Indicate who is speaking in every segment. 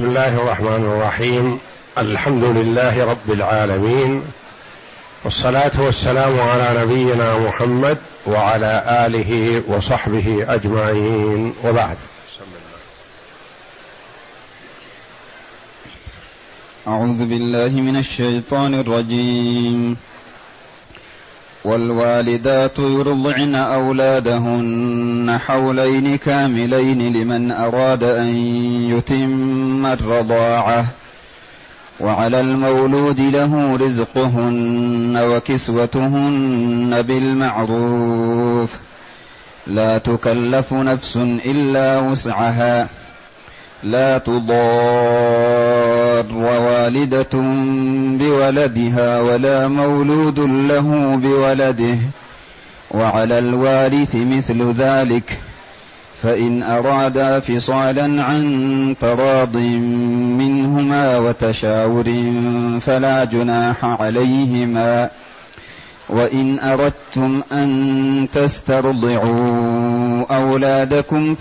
Speaker 1: بسم الله الرحمن الرحيم. الحمد لله رب العالمين، والصلاة والسلام على نبينا محمد وعلى آله وصحبه أجمعين، وبعد.
Speaker 2: أعوذ بالله من الشيطان الرجيم. والوالدات يرضعن أولادهن حولين كاملين لمن أراد أن يتم الرضاعة، وعلى المولود له رزقهن وكسوتهن بالمعروف، لا تكلف نفس إلا وسعها، لا تضار والدة بولدها ولا مولود له بولده، وعلى الوارث مثل ذلك، فإن أرادا فصالا عن تراض منهما وتشاور فلا جناح عليهما، وإن أردتم أن تسترضعوا أولادكم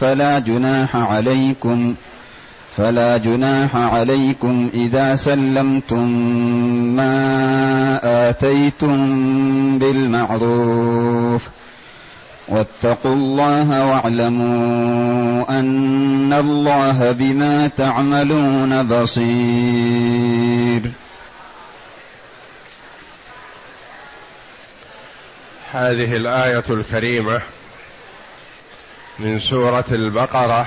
Speaker 2: فلا جناح عليكم إذا سلمتم ما آتيتم بالمعروف، واتقوا الله واعلموا أن الله بما تعملون بصير.
Speaker 1: هذه الآية الكريمة من سورة البقرة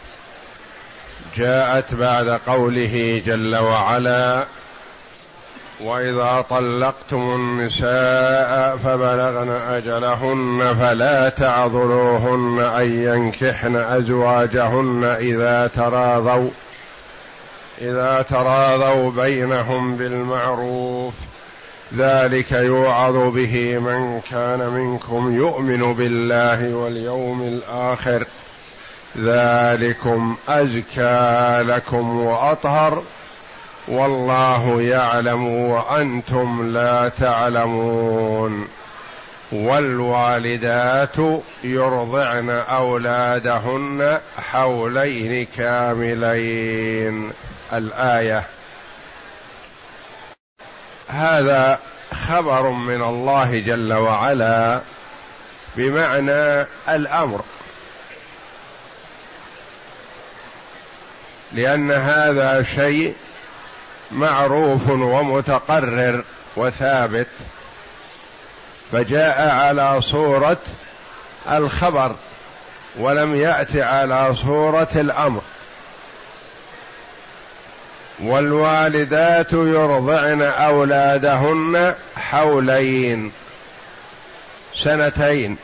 Speaker 1: جاءت بعد قوله جل وعلا: وإذا طلقتم النساء فبلغن أجلهن فلا تعضلوهن أن ينكحن أزواجهن إذا تراضوا بينهم بالمعروف، ذلك يوعظ به من كان منكم يؤمن بالله واليوم الآخر، ذلكم أزكى لكم وأطهر، والله يعلم وأنتم لا تعلمون. والوالدات يرضعن أولادهن حولين كاملين. الآية هذا خبر من الله جل وعلا بمعنى الأمر، لأن هذا شيء معروف ومتقرر وثابت، فجاء على صورة الخبر ولم يأت على صورة الأمر. والوالدات يرضعن أولادهن حولين، سنتين.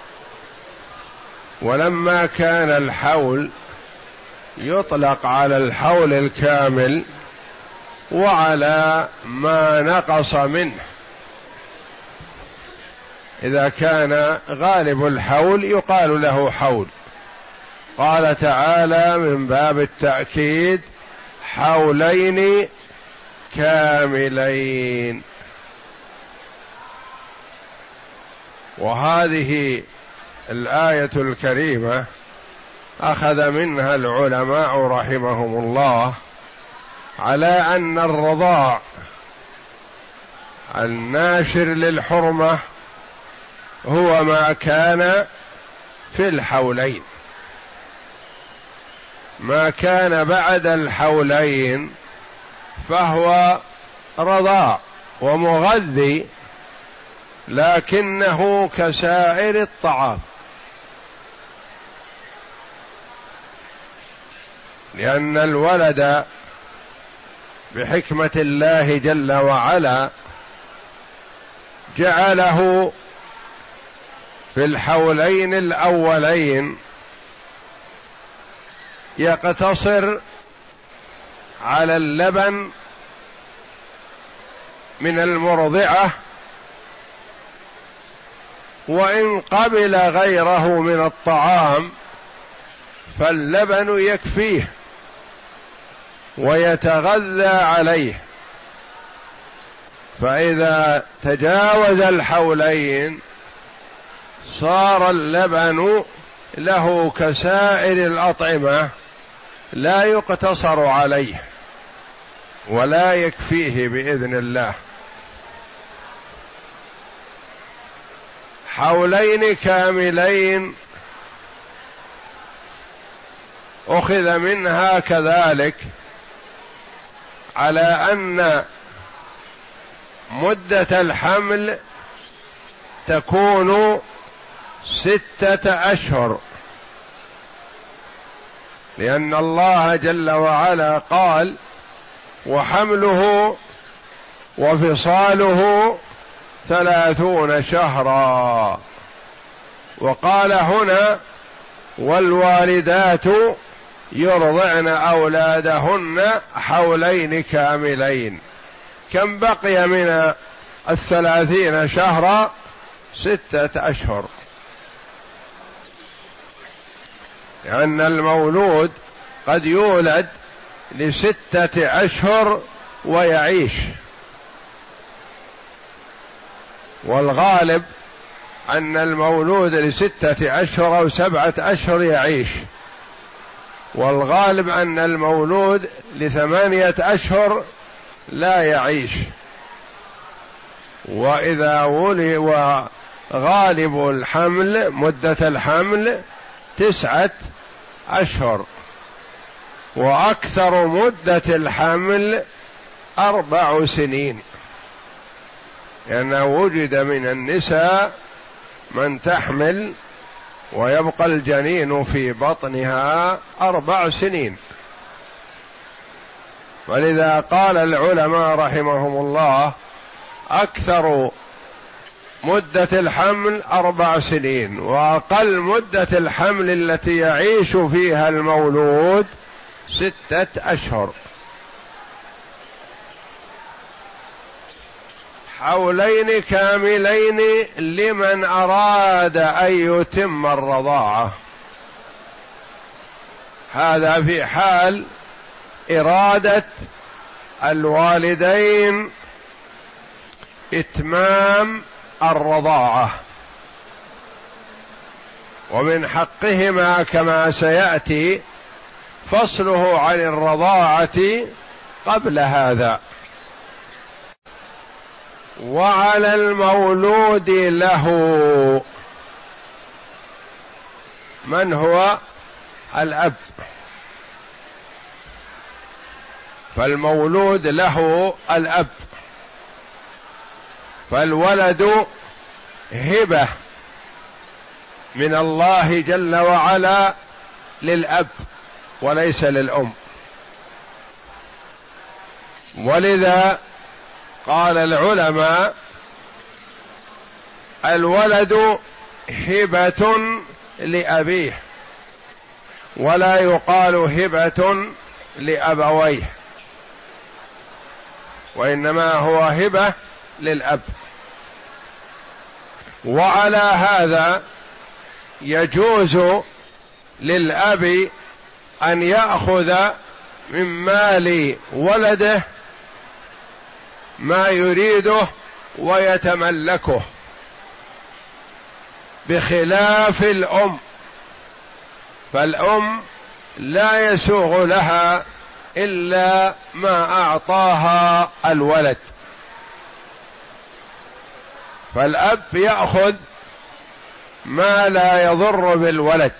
Speaker 1: ولما كان الحول يطلق على الحول الكامل وعلى ما نقص منه، إذا كان غالب الحول يقال له حول. قال تعالى من باب التأكيد: حولين كاملين. وهذه الآية الكريمة أخذ منها العلماء رحمهم الله على أن الرضاع الناشر للحرمة هو ما كان في الحولين، ما كان بعد الحولين فهو رضاع ومغذي، لكنه كسائر الطعام، لأن الولد بحكمة الله جل وعلا جعله في الحولين الأولين يقتصر على اللبن من المرضعة، وإن قبل غيره من الطعام فاللبن يكفيه ويتغذى عليه. فإذا تجاوز الحولين صار اللبن له كسائر الأطعمة لا يقتصر عليه ولا يكفيه بإذن الله. حولين كاملين أخذ منها كذلك على أن مدة الحمل تكون 6 أشهر، لأن الله جل وعلا قال: وحمله وفصاله 30 شهرا. وقال هنا: والوالدات يرضعن أولادهن حولين كاملين. كم بقي من 30 شهرا؟ 6 أشهر، لأن المولود قد يولد ل6 أشهر ويعيش، والغالب أن المولود ل6 أشهر أو 7 أشهر يعيش، والغالب أن المولود ل8 أشهر لا يعيش. وإذا ولد وغالب الحمل مدة الحمل 9 أشهر، وأكثر مدة الحمل 4 سنين، لأنه وجد من النساء من تحمل ويبقى الجنين في بطنها 4 سنين. ولذا قال العلماء رحمهم الله: أكثر مدة الحمل 4 سنين، وأقل مدة الحمل التي يعيش فيها المولود 6 أشهر. حولين كاملين لمن أراد أن يتم الرضاعة. هذا في حال إرادة الوالدين إتمام الرضاعة، ومن حقهما كما سيأتي فصله عن الرضاعة قبل هذا. وعلى المولود له، من هو الأب، فالمولود له الأب، فالولد هبة من الله جل وعلا للأب وليس للأم. ولذا قال العلماء: الولد هبة لأبيه، ولا يقال هبة لأبويه، وإنما هو هبة للأب. وعلى هذا يجوز للأب أن يأخذ من مال ولده ما يريده ويتملكه، بخلاف الأم، فالأم لا يسوغ لها إلا ما أعطاها الولد، فالأب يأخذ ما لا يضر بالولد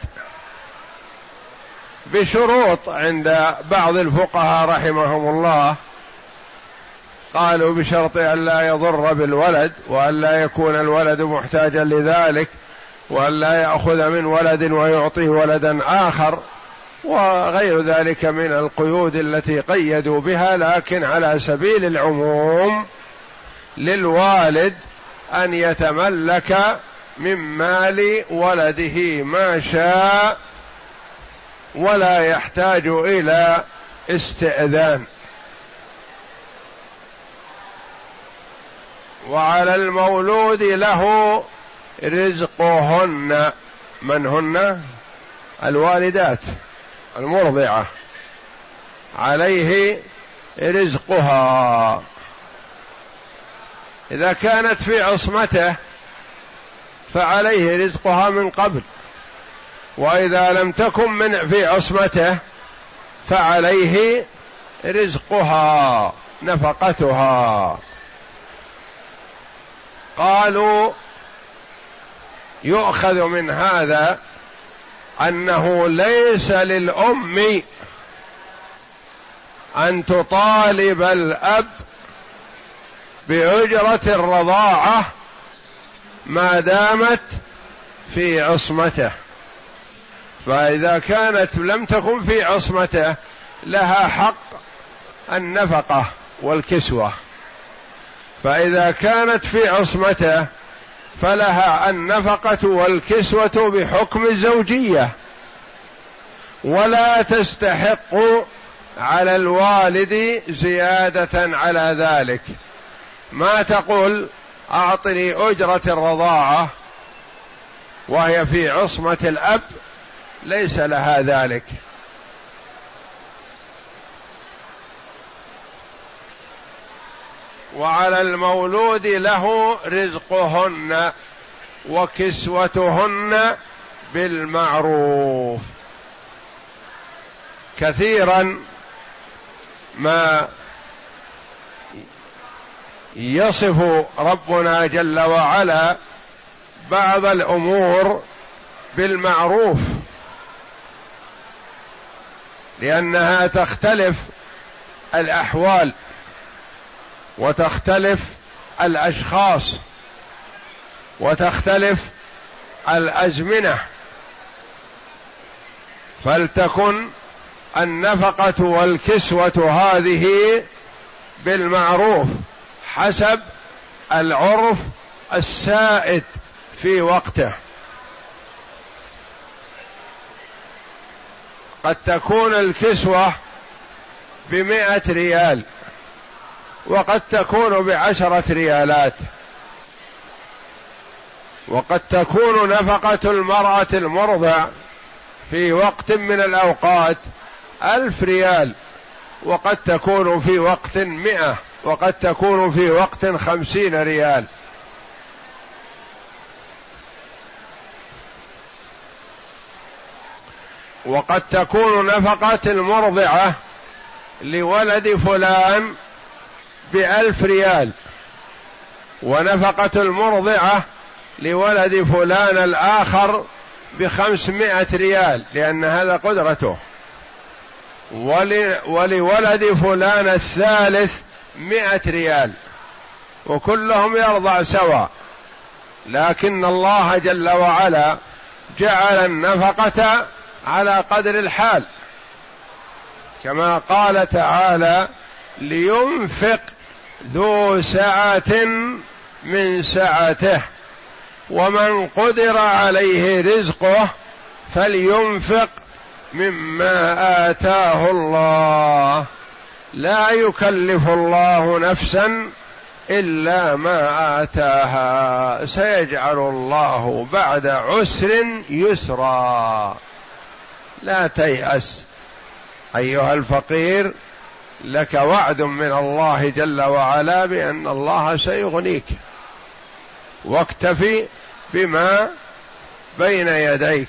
Speaker 1: بشروط عند بعض الفقهاء رحمهم الله. قالوا بشرط أن لا يضر بالولد، وأن لا يكون الولد محتاجا لذلك، وأن لا يأخذ من ولد ويعطيه ولدا آخر، وغير ذلك من القيود التي قيدوا بها. لكن على سبيل العموم للوالد أن يتملك من مال ولده ما شاء، ولا يحتاج إلى استئذان. وعلى المولود له رزقهن. من هن؟ الوالدات المرضعة، عليه رزقها إذا كانت في عصمته، فعليه رزقها من قبل، وإذا لم تكن في عصمته فعليه رزقها نفقتها. قالوا يؤخذ من هذا أنه ليس للأم أن تطالب الأب بأجرة الرضاعة ما دامت في عصمته، فإذا كانت لم تكن في عصمته لها حق النفقة والكسوة، فإذا كانت في عصمته فلها النفقة والكسوة بحكم الزوجية، ولا تستحق على الوالد زيادة على ذلك. ما تقول أعطني أجرة الرضاعة وهي في عصمة الأب، ليس لها ذلك. وعلى المولود له رزقهن وكسوتهن بالمعروف. كثيرا ما يصف ربنا جل وعلا بعض الأمور بالمعروف، لأنها تختلف الأحوال وتختلف الأشخاص وتختلف الأزمنة، فلتكن النفقة والكسوة هذه بالمعروف حسب العرف السائد في وقته. قد تكون الكسوة ب100 ريال، وقد تكون ب10 ريالات، وقد تكون نفقة المرأة المرضع في وقت من الأوقات 1000 ريال، وقد تكون في وقت 100، وقد تكون في وقت 50 ريال. وقد تكون نفقة المرضعة لولد فلان ب1000 ريال، ونفقة المرضعة لولد فلان الآخر ب500 ريال، لأن هذا قدرته، ولولد فلان الثالث 100 ريال، وكلهم يرضع سوا، لكن الله جل وعلا جعل النفقة على قدر الحال، كما قال تعالى: لينفق ذو سعة من سعته ومن قدر عليه رزقه فلينفق مما آتاه الله لا يكلف الله نفسا إلا ما آتاها سيجعل الله بعد عسر يسرا. لا تيأس أيها الفقير، لك وعد من الله جل وعلا بأن الله سيغنيك، واكتفي بما بين يديك.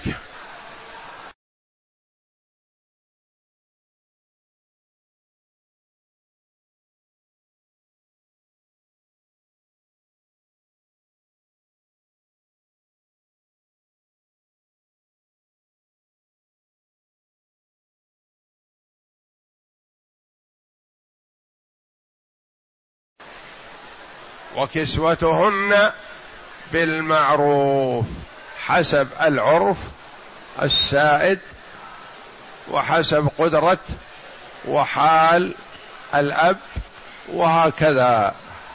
Speaker 1: وكسوتهن بالمعروف حسب العرف السائد وحسب قدرة وحال الأب، وهكذا.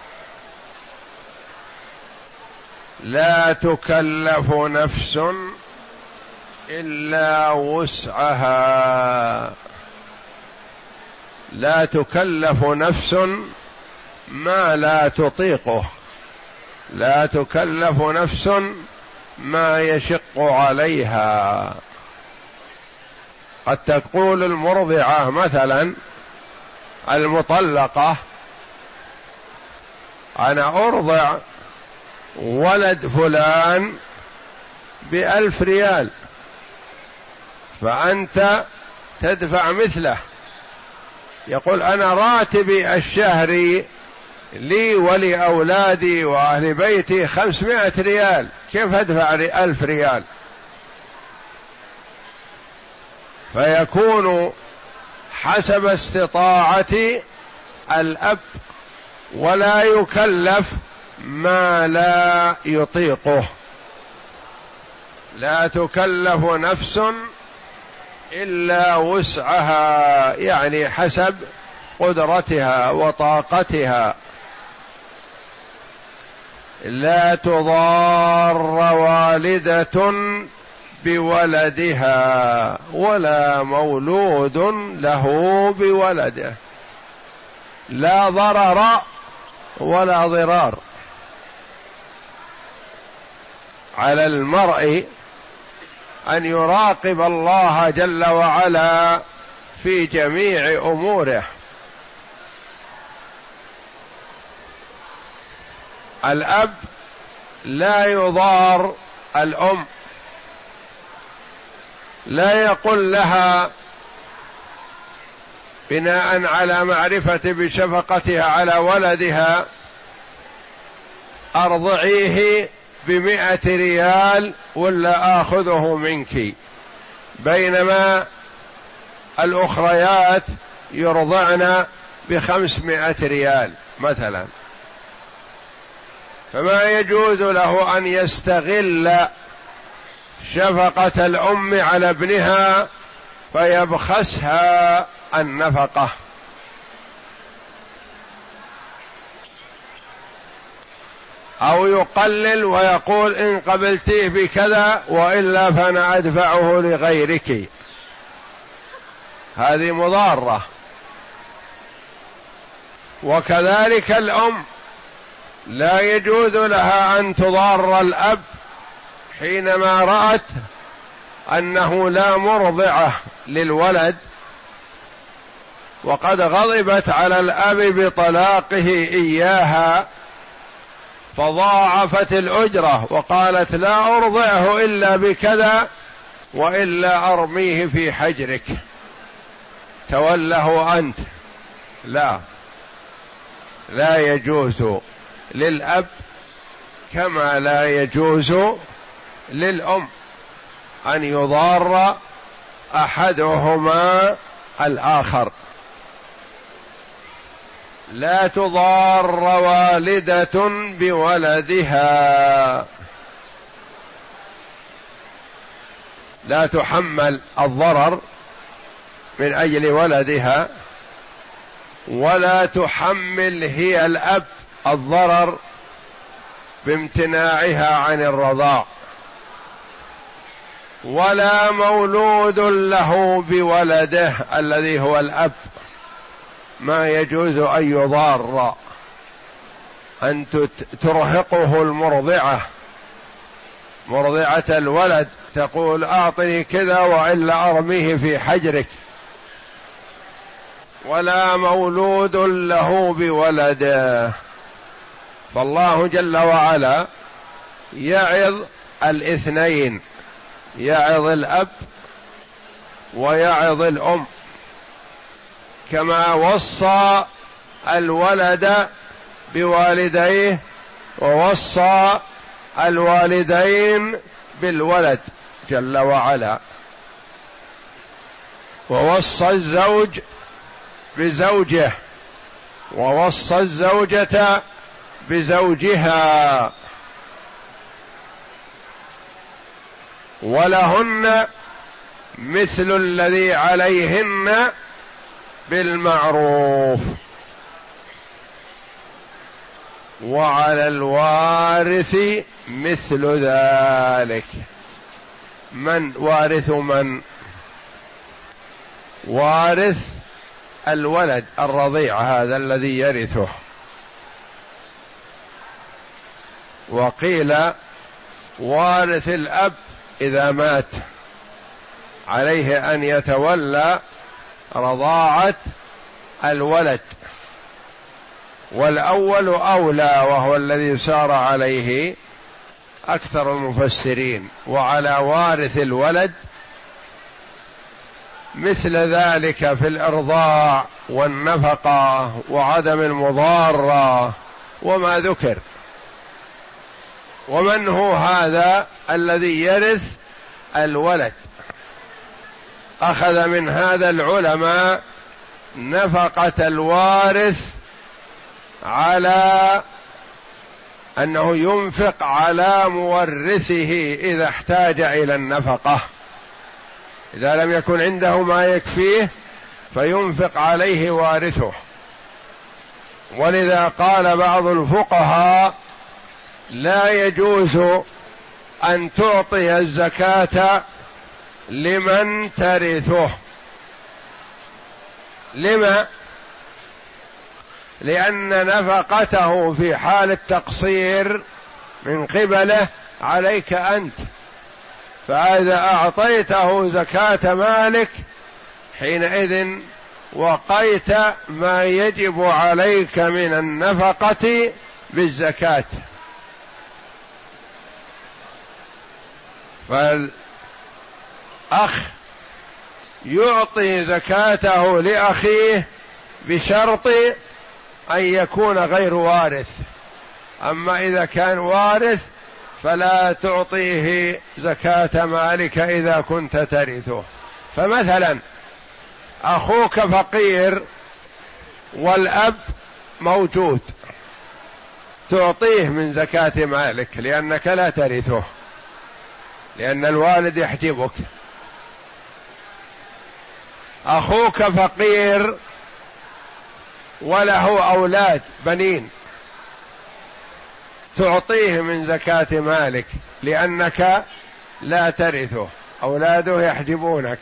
Speaker 1: لا تكلف نفس إلا وسعها، لا تكلف نفس ما لا تطيقه، لا تكلف نفس ما يشق عليها. قد تقول المرضعة مثلا المطلقة: أنا أرضع ولد فلان ب1000 ريال، فأنت تدفع مثله. يقول أنا راتبي الشهري لي ولأولادي وأهل بيتي 500 ريال، كيف أدفع 1000 ريال؟ فيكون حسب استطاعة الأب، ولا يكلف ما لا يطيقه. لا تكلف نفس إلا وسعها، يعني حسب قدرتها وطاقتها. لا تضار والدة بولدها ولا مولود له بولده. لا ضرر ولا ضرار. على المرء أن يراقب الله جل وعلا في جميع أموره. الأب لا يضار الأم، لا يقول لها بناء على معرفة بشفقتها على ولدها أرضعيه ب100 ريال ولا آخذه منك، بينما الأخريات يرضعن ب500 ريال مثلا. فما يجوز له أن يستغل شفقة الأم على ابنها فيبخسها النفقة، أو يقلل ويقول إن قبلتيه بكذا وإلا فأنا أدفعه لغيرك. هذه مضارة. وكذلك الأم لا يجوز لها أن تضار الأب حينما رأت أنه لا مرضعة للولد وقد غضبت على الأب بطلاقه إياها، فضاعفت الأجرة وقالت لا أرضعه إلا بكذا وإلا أرميه في حجرك توله أنت. لا يجوز للأب كما لا يجوز للأم أن يضار أحدهما الآخر. لا تضار والدة بولدها، لا تحمل الضرر من أجل ولدها، ولا تحمل هي الأب الضرر بامتناعها عن الرضاع، ولا مولود له بولده الذي هو الأب ما يجوز أن يضار، أن ترهقه المرضعة، مرضعة الولد، تقول أعطني كذا وإلا أرميه في حجرك. ولا مولود له بولده. فالله جل وعلا يعظ الاثنين، يعظ الأب ويعظ الأم، كما وصى الولد بوالديه ووصى الوالدين بالولد جل وعلا، ووصى الزوج بزوجه ووصى الزوجة بزوجها، ولهن مثل الذي عليهن بالمعروف، وعلى الوارث مثل ذلك. من وارث؟ من وارث الولد الرضيع هذا الذي يرثه. وقيل وارث الأب إذا مات عليه أن يتولى رضاعة الولد، والأول أولى وهو الذي سار عليه أكثر المفسرين. وعلى وارث الولد مثل ذلك في الإرضاع والنفقة وعدم المضارة وما ذكر. ومن هو هذا الذي يرث الولد؟ أخذ من هذا العلماء نفقة الوارث على أنه ينفق على مورثه إذا احتاج إلى النفقة، إذا لم يكن عنده ما يكفيه فينفق عليه وارثه. ولذا قال بعض الفقهاء لا يجوز أن تعطي الزكاة لمن ترثه. لما؟ لأن نفقته في حال التقصير من قبله عليك أنت، فإذا أعطيته زكاة مالك حينئذ وقيت ما يجب عليك من النفقة بالزكاة. فالأخ يعطي زكاته لأخيه بشرط أن يكون غير وارث، أما إذا كان وارث فلا تعطيه زكاة مالك إذا كنت ترثه. فمثلا أخوك فقير والأب موجود، تعطيه من زكاة مالك لأنك لا ترثه، لأن الوالد يحجبك. أخوك فقير وله أولاد بنين، تعطيه من زكاة مالك لأنك لا ترثه، أولاده يحجبونك.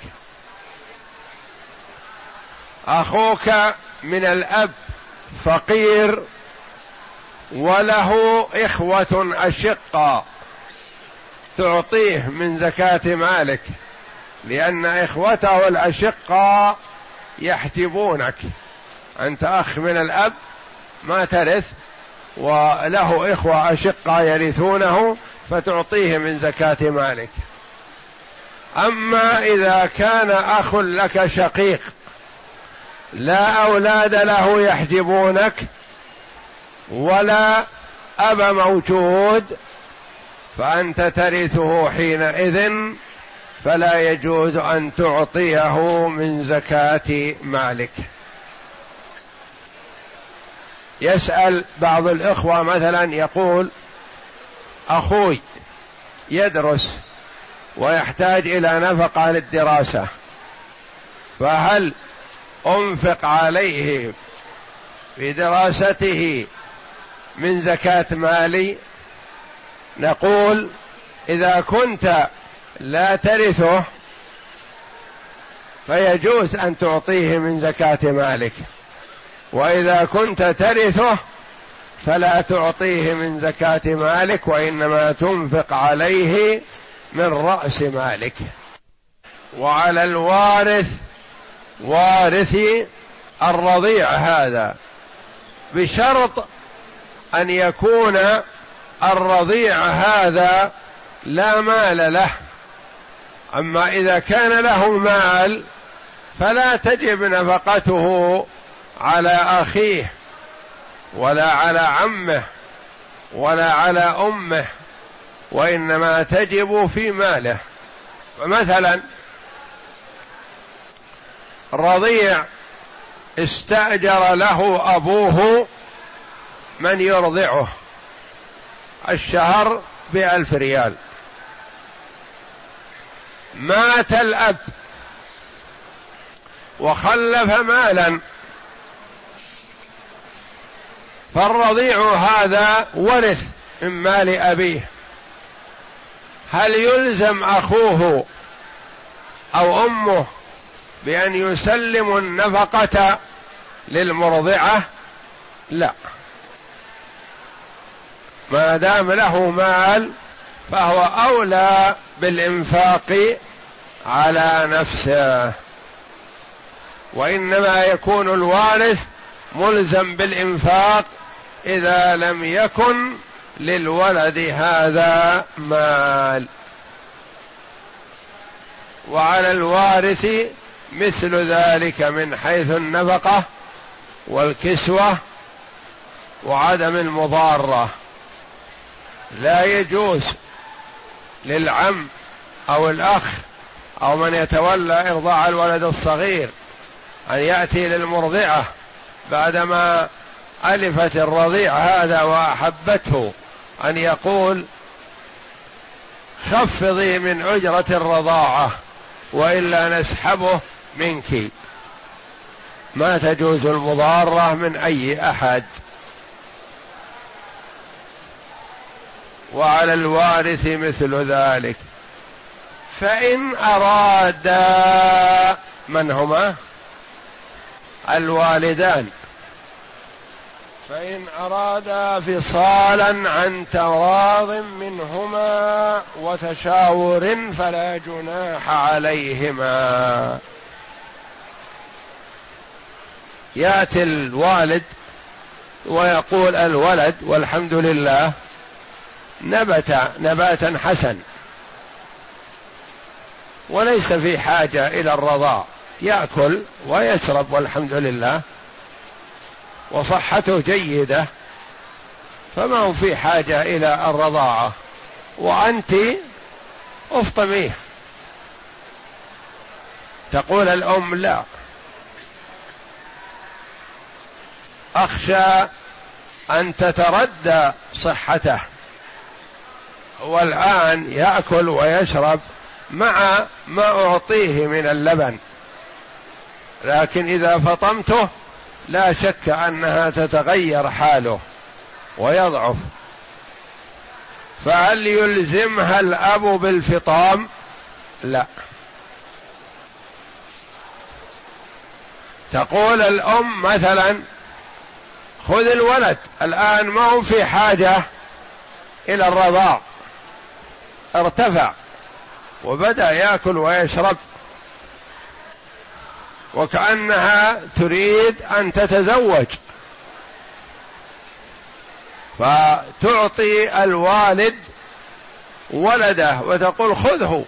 Speaker 1: أخوك من الأب فقير وله إخوة أشقاء، تعطيه من زكاة مالك لأن إخوته الأشقاء يحجبونك. أنت أخ من الأب ما ترث وله إخوة أشقاء يرثونه فتعطيه من زكاة مالك. أما إذا كان أخ لك شقيق لا أولاد له يحجبونك ولا أب موجود فأنت ترثه حينئذ فلا يجوز أن تعطيه من زكاة مالك. يسأل بعض الإخوة مثلا يقول أخوي يدرس ويحتاج إلى نفقة للدراسة، فهل أنفق عليه في دراسته من زكاة مالي؟ نقول إذا كنت لا ترثه فيجوز أن تعطيه من زكاة مالك، وإذا كنت ترثه فلا تعطيه من زكاة مالك وإنما تنفق عليه من رأس مالك. وعلى الوارث وارث الرضيع هذا بشرط أن يكون الرضيع هذا لا مال له. أما إذا كان له مال فلا تجب نفقته على أخيه ولا على عمه ولا على أمه، وإنما تجب في ماله. فمثلا رضيع استأجر له أبوه من يرضعه الشهر ب1,000 ريال، مات الأب وخلف مالا، فالرضيع هذا ورث من مال أبيه، هل يلزم أخوه أو أمه بأن يسلموا النفقة للمرضعة؟ لا، ما دام له مال فهو أولى بالإنفاق على نفسه، وإنما يكون الوارث ملزم بالإنفاق إذا لم يكن للولد هذا مال. وعلى الوارث مثل ذلك من حيث النفقة والكسوة وعدم المضارة. لا يجوز للعم أو الأخ أو من يتولى إرضاع الولد الصغير أن يأتي للمرضعة بعدما ألفت الرضيع هذا وأحبته أن يقول خفضي من أجرة الرضاعة وإلا نسحبه منك. ما تجوز المضارة من أي أحد. وعلى الوارث مثل ذلك. فإن أرادا، من هما؟ الوالدان، فإن أرادا فصالا عن تراض منهما وتشاور فلا جناح عليهما. يأتي الوالد ويقول الولد والحمد لله نباتا حسن وليس في حاجة إلى الرضاع، يأكل ويشرب والحمد لله وصحته جيدة، فما هو في حاجة إلى الرضاعة، وأنت افطميه. تقول الأم لا، أخشى أن تتردى صحته، والآن يأكل ويشرب مع ما أعطيه من اللبن، لكن إذا فطمته لا شك أنها تتغير حاله ويضعف. فهل يلزمها الأب بالفطام؟ لا. تقول الأم مثلا خذ الولد الآن ما هو في حاجة إلى الرضاع، ارتفع وبدأ يأكل ويشرب، وكأنها تريد أن تتزوج، فتعطي الوالد ولده وتقول خذه،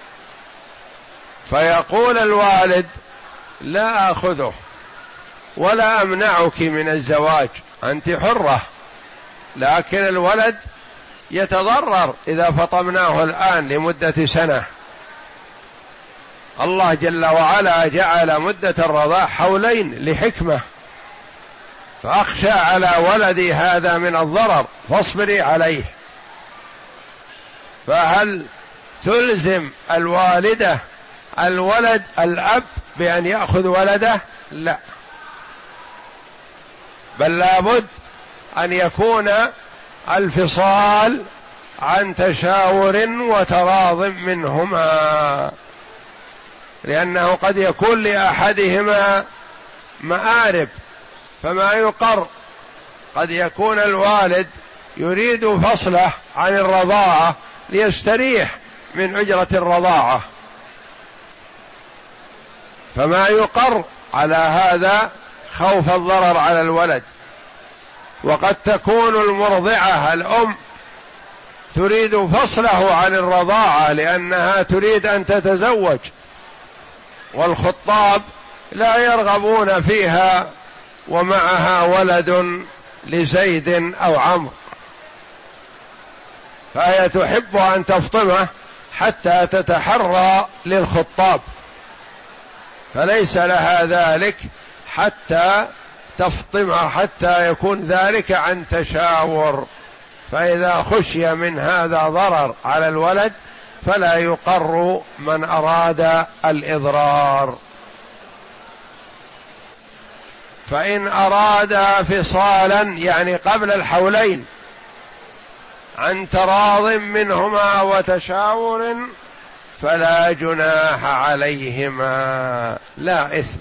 Speaker 1: فيقول الوالد لا أخذه ولا أمنعك من الزواج، أنت حرة، لكن الولد يتضرر إذا فطمناه الآن لمدة سنة. الله جل وعلا جعل مدة الرضاع حولين لحكمة، فأخشى على ولدي هذا من الضرر فاصبري عليه. فهل تلزم الوالدة الولد الأب بأن يأخذ ولده؟ لا، بل لابد أن يكون الفصال عن تشاور وتراض منهما، لأنه قد يكون لأحدهما مآرب فما يقر، قد يكون الوالد يريد فصله عن الرضاعة ليستريح من أجرة الرضاعة، فما يقر على هذا خوف الضرر على الولد. وقد تكون المرضعة الأم تريد فصله عن الرضاعة لأنها تريد أن تتزوج، والخطاب لا يرغبون فيها ومعها ولد لزيد أو عمرو، فهي تحب أن تفطمه حتى تتحرى للخطاب، فليس لها ذلك حتى تفطمه، حتى يكون ذلك عن تشاور. فإذا خشي من هذا ضرر على الولد فلا يقر من أراد الإضرار. فإن أراد فصالا يعني قبل الحولين عن تراض منهما وتشاور فلا جناح عليهما، لا إثم.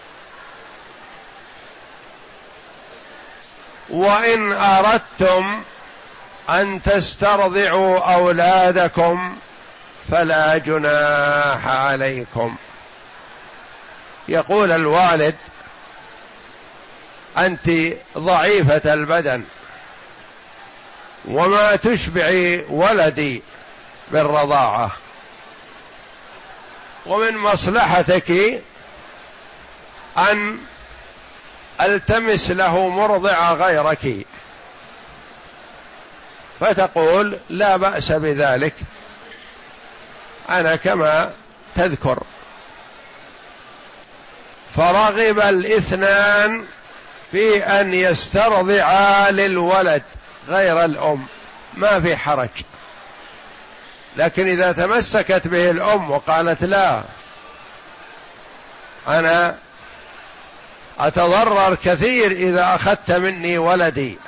Speaker 1: وإن أردتم أن تسترضعوا أولادكم فلا جناح عليكم. يقول الوالد أنت ضعيفة البدن وما تشبعي ولدي بالرضاعة، ومن مصلحتك أن التمس له مرضع غيرك، فتقول لا بأس بذلك، أنا كما تذكر. فرغب الاثنان في أن يسترضعا للولد غير الأم، ما في حرج. لكن إذا تمسكت به الأم وقالت لا، أنا أتضرر كثير إذا أخذت مني ولدي،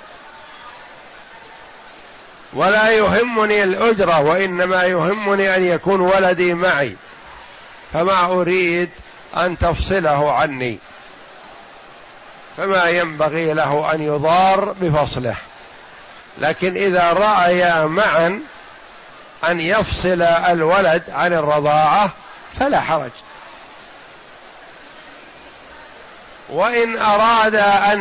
Speaker 1: ولا يهمني الأجرة، وإنما يهمني أن يكون ولدي معي، فما أريد أن تفصله عني، فما ينبغي له أن يضار بفصله. لكن إذا رأيا معا أن يفصل الولد عن الرضاعة فلا حرج. وإن أراد أن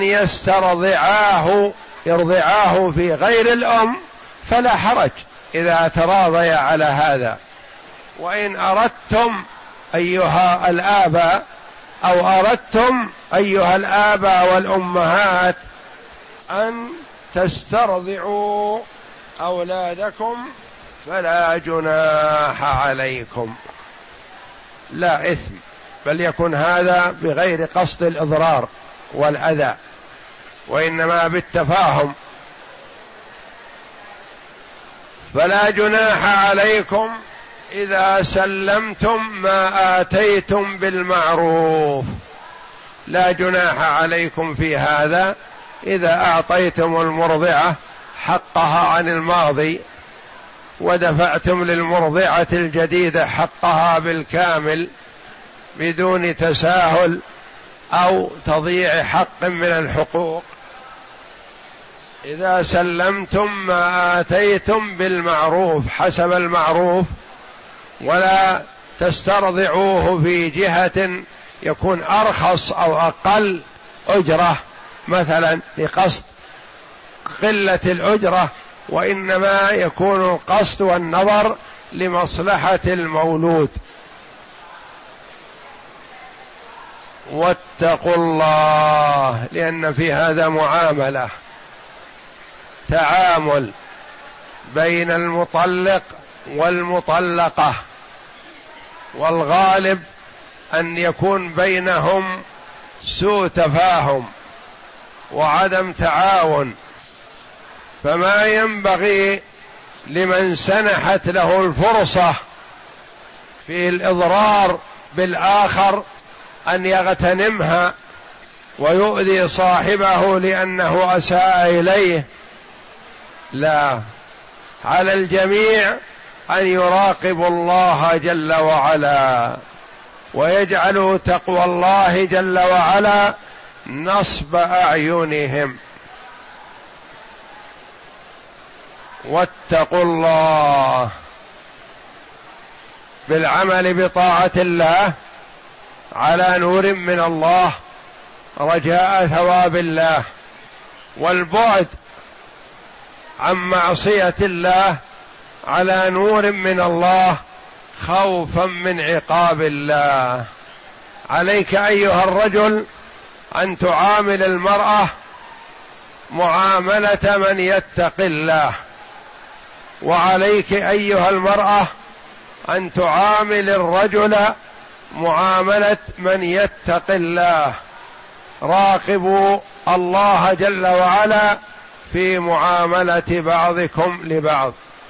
Speaker 1: يرضعاه في غير الأم فلا حرج إذا تراضي على هذا. وإن أردتم أيها الآباء أو أردتم أيها الآباء والأمهات أن تسترضعوا أولادكم فلا جناح عليكم، لا إثم، بل يكون هذا بغير قصد الإضرار والأذى، وإنما بالتفاهم. فلا جناح عليكم إذا سلمتم ما آتيتم بالمعروف، لا جناح عليكم في هذا إذا أعطيتم المرضعة حقها عن الماضي ودفعتم للمرضعة الجديدة حقها بالكامل بدون تساهل أو تضييع حق من الحقوق. إذا سلمتم ما آتيتم بالمعروف حسب المعروف، ولا تسترضعوه في جهة يكون أرخص أو أقل أجرة مثلا لقصد قلة الأجرة، وإنما يكون القصد والنظر لمصلحة المولود. واتقوا الله، لأن في هذا معاملة، تعامل بين المطلق والمطلقة، والغالب أن يكون بينهم سوء تفاهم وعدم تعاون، فما ينبغي لمن سنحت له الفرصة في الإضرار بالآخر أن يغتنمها ويؤذي صاحبه لأنه أساء إليه. لا، على الجميع أن يراقبوا الله جل وعلا ويجعلوا تقوى الله جل وعلا نصب أعينهم. واتقوا الله بالعمل بطاعة الله على نور من الله رجاء ثواب الله، والبعد عن معصية الله على نور من الله خوفا من عقاب الله. عليك أيها الرجل أن تعامل المرأة معاملة من يتقي الله، وعليك أيها المرأة أن تعامل الرجل معاملة من يتقي الله. راقبوا الله جل وعلا في معاملة بعضكم لبعض.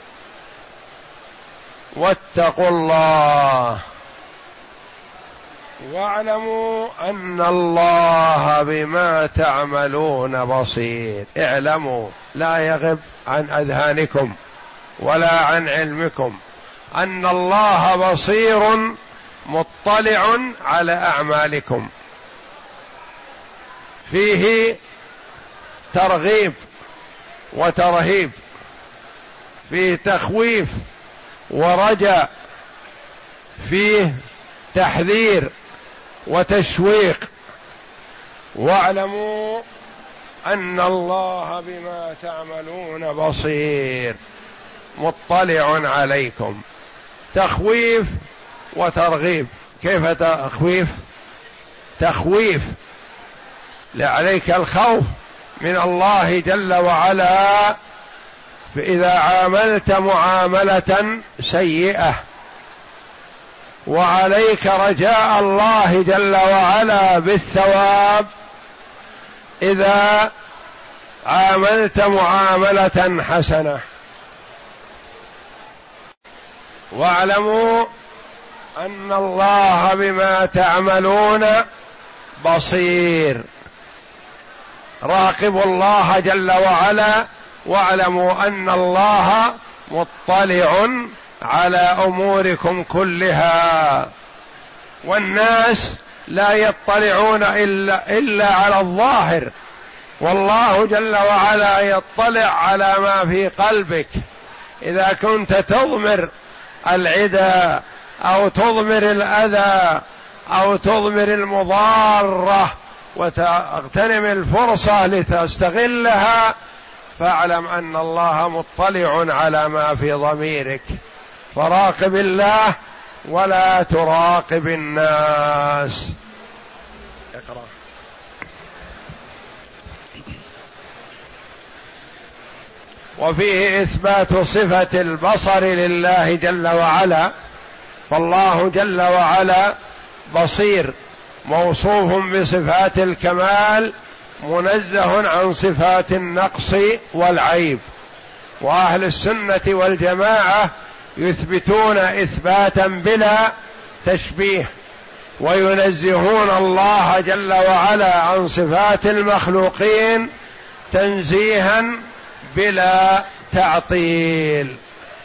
Speaker 1: واتقوا الله واعلموا أن الله بما تعملون بصير. اعلموا، لا يغب عن أذهانكم ولا عن علمكم أن الله بصير مطلع على أعمالكم. فيه ترغيب وترهيب، فيه تخويف ورجاء، فيه تحذير وتشويق. واعلموا أن الله بما تعملون بصير مطلع عليكم. تخويف وترغيب. كيف تخويف؟ تخويف، عليك الخوف من الله جل وعلا إذا عاملت معاملة سيئة، وعليك رجاء الله جل وعلا بالثواب إذا عاملت معاملة حسنة. واعلموا أن الله بما تعملون بصير. راقبوا الله جل وعلا واعلموا أن الله مطلع على أموركم كلها، والناس لا يطلعون إلا على الظاهر، والله جل وعلا يطلع على ما في قلبك. إذا كنت تضمر العدا أو تضمر الأذى أو تضمر المضارة وتغتنم الفرصة لتستغلها، فاعلم أن الله مطلع على ما في ضميرك، فراقب الله ولا تراقب الناس. اقرأ. وفيه إثبات صفة البصر لله جل وعلا، فالله جل وعلا بصير موصوف بصفات الكمال، منزه عن صفات النقص والعيب. وأهل السنة والجماعة يثبتون إثباتا بلا تشبيه، وينزهون الله جل وعلا عن صفات المخلوقين تنزيها بلا تعطيل.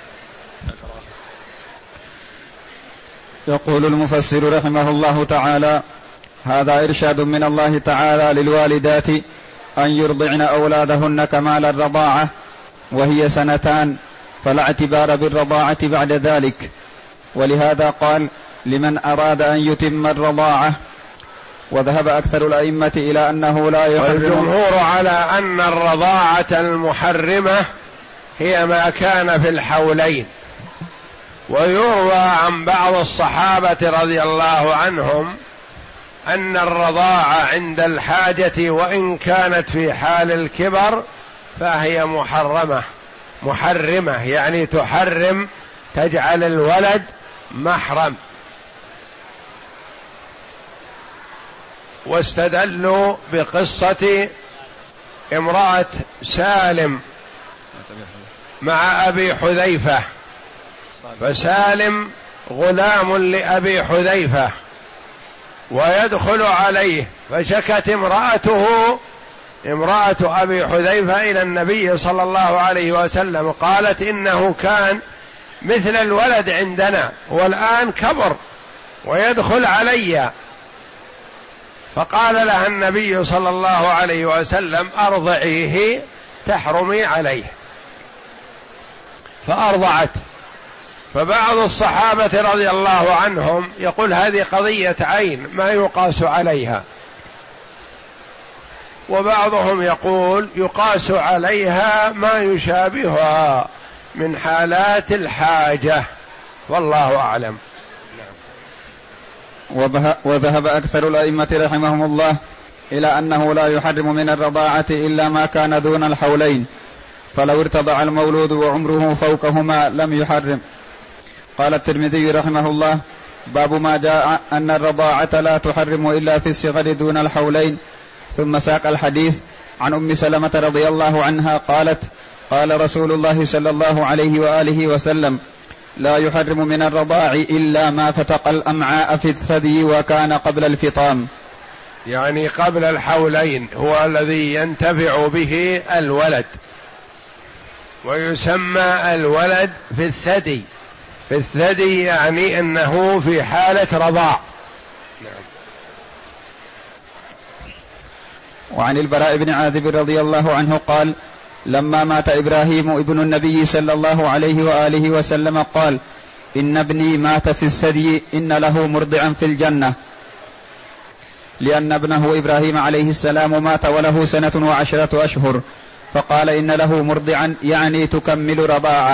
Speaker 2: يقول المفسر رحمه الله تعالى: هذا إرشاد من الله تعالى للوالدات أن يرضعن أولادهن كمال الرضاعة، وهي 2 سنين، فلا اعتبار بالرضاعة بعد ذلك. ولهذا قال: لمن أراد أن يتم الرضاعة. وذهب أكثر الأئمة إلى أنه لا يحرم،
Speaker 1: والجمهور على أن الرضاعة المحرمة هي ما كان في الحولين. ويروى عن بعض الصحابة رضي الله عنهم أن الرضاعة عند الحاجة وإن كانت في حال الكبر فهي محرمة، يعني تحرم، تجعل الولد محرم. واستدلوا بقصة امرأة سالم مع أبي حذيفة، فسالم غلام لأبي حذيفة ويدخل عليه، فشكت امرأة أبي حذيفة إلى النبي صلى الله عليه وسلم، قالت إنه كان مثل الولد عندنا والآن كبر ويدخل علي. فقال لها النبي صلى الله عليه وسلم: أرضعيه تحرمي عليه. فأرضعت. فبعض الصحابة رضي الله عنهم يقول هذه قضية عين ما يقاس عليها، وبعضهم يقول يقاس عليها ما يشابهها من حالات الحاجة، والله أعلم.
Speaker 2: وذهب أكثر الأئمة رحمهم الله إلى أنه لا يحرم من الرضاعة إلا ما كان دون الحولين، فلو ارتضع المولود وعمره فوقهما لم يحرم. قال الترمذي رحمه الله: باب ما جاء أن الرضاعة لا تحرم إلا في الصغر دون الحولين. ثم ساق الحديث عن أم سلمة رضي الله عنها قالت: قال رسول الله صلى الله عليه وآله وسلم: لا يحرم من الرضاع إلا ما فتق الأمعاء في الثدي وكان قبل الفطام،
Speaker 1: يعني قبل الحولين، هو الذي ينتفع به الولد، ويسمى الولد في الثدي. في الثدي يعني أنه في حالة رضاع.
Speaker 2: وعن البراء بن عازب رضي الله عنه قال: لما مات إبراهيم ابن النبي صلى الله عليه وآله وسلم قال: إن ابني مات في الثدي إن له مرضعا في الجنة، لأن ابنه إبراهيم عليه السلام مات وله 10 أشهر، فقال: إن له مرضعا يعني تكمل رضاعه.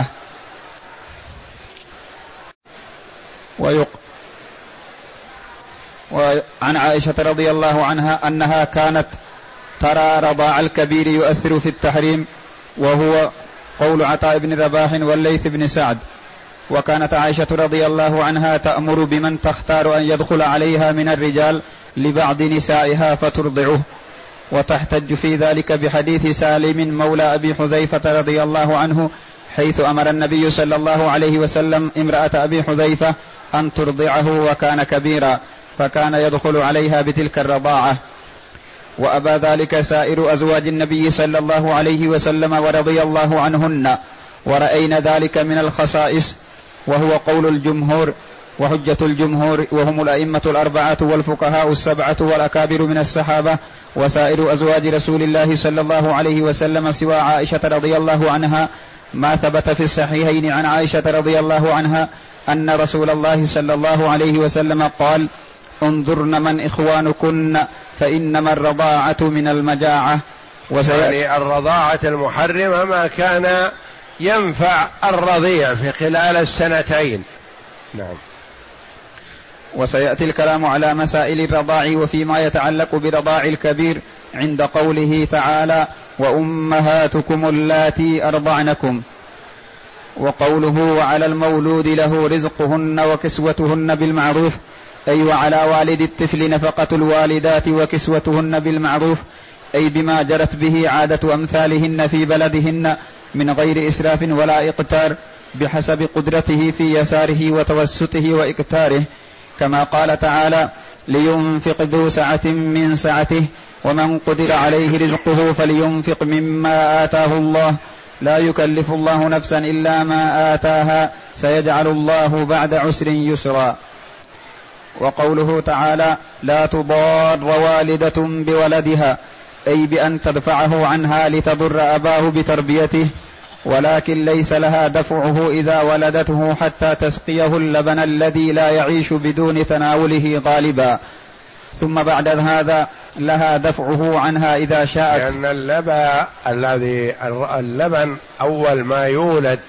Speaker 2: وعن عائشة رضي الله عنها أنها كانت ترى رضاع الكبير يؤثر في التحريم، وهو قول عطاء بن رباح والليث بن سعد. وكانت عائشة رضي الله عنها تأمر بمن تختار أن يدخل عليها من الرجال لبعض نسائها فترضعه، وتحتج في ذلك بحديث سالم مولى أبي حذيفة رضي الله عنه، حيث أمر النبي صلى الله عليه وسلم امرأة أبي حذيفة أن ترضعه وكان كبيرا، فكان يدخل عليها بتلك الرضاعة. وأبى ذلك سائر أزواج النبي صلى الله عليه وسلم ورضي الله عنهن، ورأينا ذلك من الخصائص، وهو قول الجمهور وحجة الجمهور، وهم الأئمة الأربعة والفقهاء السبعة والأكابر من الصحابة وسائر أزواج رسول الله صلى الله عليه وسلم سوى عائشة رضي الله عنها، ما ثبت في الصحيحين عن عائشة رضي الله عنها أن رسول الله صلى الله عليه وسلم قال: انظرن من إخوانكن فإنما الرضاعة من المجاعة.
Speaker 1: يعني الرضاعة المحرمة ما كان ينفع الرضيع في خلال السنتين. نعم.
Speaker 2: وسيأتي الكلام على مسائل الرضاع وفيما يتعلق برضاع الكبير عند قوله تعالى: وأمهاتكم اللاتي أرضعنكم. وقوله: وعلى المولود له رزقهن وكسوتهن بالمعروف، أي وعلى والد الطفل نفقة الوالدات وكسوتهن بالمعروف، أي بما جرت به عادة أمثالهن في بلدهن من غير إسراف ولا إقتار، بحسب قدرته في يساره وتوسطه وإقتاره، كما قال تعالى: لينفق ذو سعة من سعته ومن قدر عليه رزقه فلينفق مما آتاه الله لا يكلف الله نفسا إلا ما آتاها سيجعل الله بعد عسر يسرا. وقوله تعالى: لا تضار والدة بولدها، أي بأن تدفعه عنها لتضر أباه بتربيته، ولكن ليس لها دفعه إذا ولدته حتى تسقيه اللبن الذي لا يعيش بدون تناوله غالبا، ثم بعد هذا لها دفعه عنها إذا شاءت.
Speaker 1: لأن اللبن أول ما يولد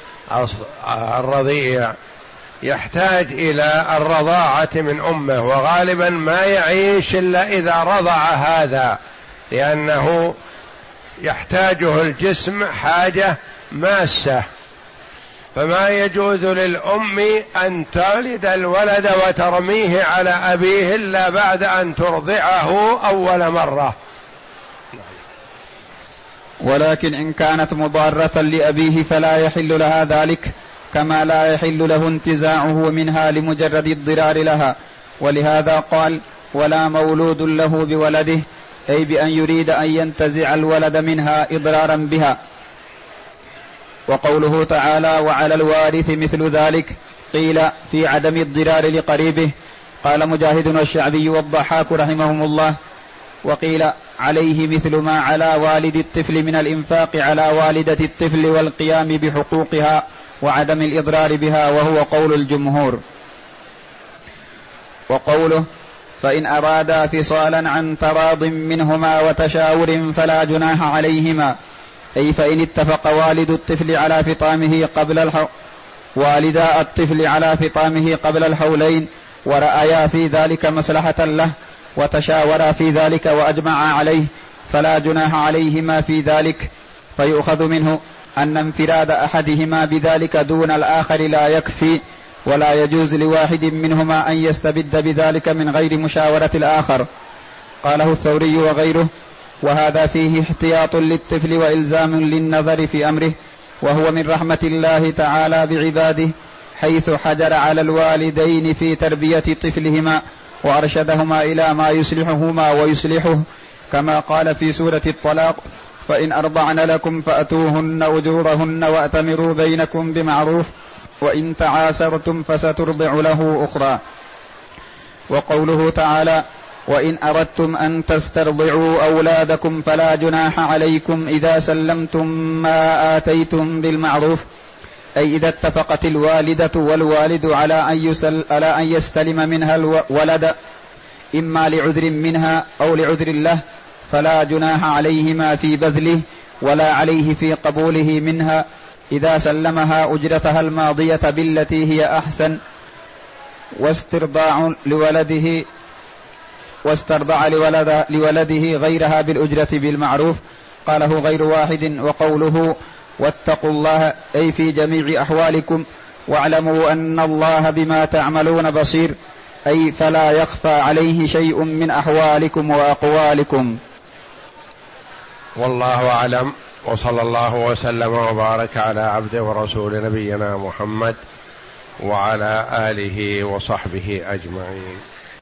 Speaker 1: الرضيع يحتاج إلى الرضاعة من أمه، وغالبا ما يعيش إلا إذا رضع هذا، لأنه يحتاجه الجسم حاجة ماسة، فما يجوز للأم أن تولد الولد وترميه على أبيه إلا بعد أن ترضعه أول مرة.
Speaker 2: ولكن إن كانت مضارة لأبيه فلا يحل لها ذلك، كما لا يحل له انتزاعه منها لمجرد الضرار لها. ولهذا قال: ولا مولود له بولده، أي بأن يريد أن ينتزع الولد منها إضرارا بها. وقوله تعالى: وعلى الوارث مثل ذلك، قيل في عدم الضرار لقريبه. قال مجاهد والشعبي والضحاك رحمهم الله: وقيل عليه مثل ما على والد الطفل من الإنفاق على والدة الطفل والقيام بحقوقها وعدم الإضرار بها، وهو قول الجمهور. وقوله: فإن أرادا فصالا عن تراض منهما وتشاور فلا جناح عليهما، أي فإن اتفق والدا الطفل على فطامه قبل الحولين ورأيا في ذلك مصلحة له وتشاورا في ذلك وأجمعا عليه فلا جناح عليهما في ذلك. فيؤخذ منه أن انفراد أحدهما بذلك دون الآخر لا يكفي، ولا يجوز لواحد منهما أن يستبد بذلك من غير مشاورة الآخر. قاله الثوري وغيره. وهذا فيه احتياط للطفل وإلزام للنظر في أمره، وهو من رحمة الله تعالى بعباده، حيث حجر على الوالدين في تربية طفلهما وأرشدهما إلى ما يصلحهما ويصلحه، كما قال في سورة الطلاق: فإن أرضعن لكم فأتوهن أجورهن وأتمروا بينكم بمعروف وإن تعاسرتم فسترضع له أخرى. وقوله تعالى: وإن أردتم أن تسترضعوا أولادكم فلا جناح عليكم إذا سلمتم ما آتيتم بالمعروف، أي إذا اتفقت الوالدة والوالد على أن يستلم منها الولد إما لعذر منها أو لعذر له، فلا جناح عليهما في بذله ولا عليه في قبوله منها إذا سلمها أجرتها الماضية بالتي هي أحسن. واسترضاع لولده واسترضع لولده غيرها بالأجرة بالمعروف قاله غير واحد. وقوله واتقوا الله أي في جميع أحوالكم واعلموا أن الله بما تعملون بصير، أي فلا يخفى عليه شيء من أحوالكم وأقوالكم.
Speaker 1: والله أعلم، وصلى الله وسلم وبارك على عبده ورسول نبينا محمد وعلى آله وصحبه أجمعين.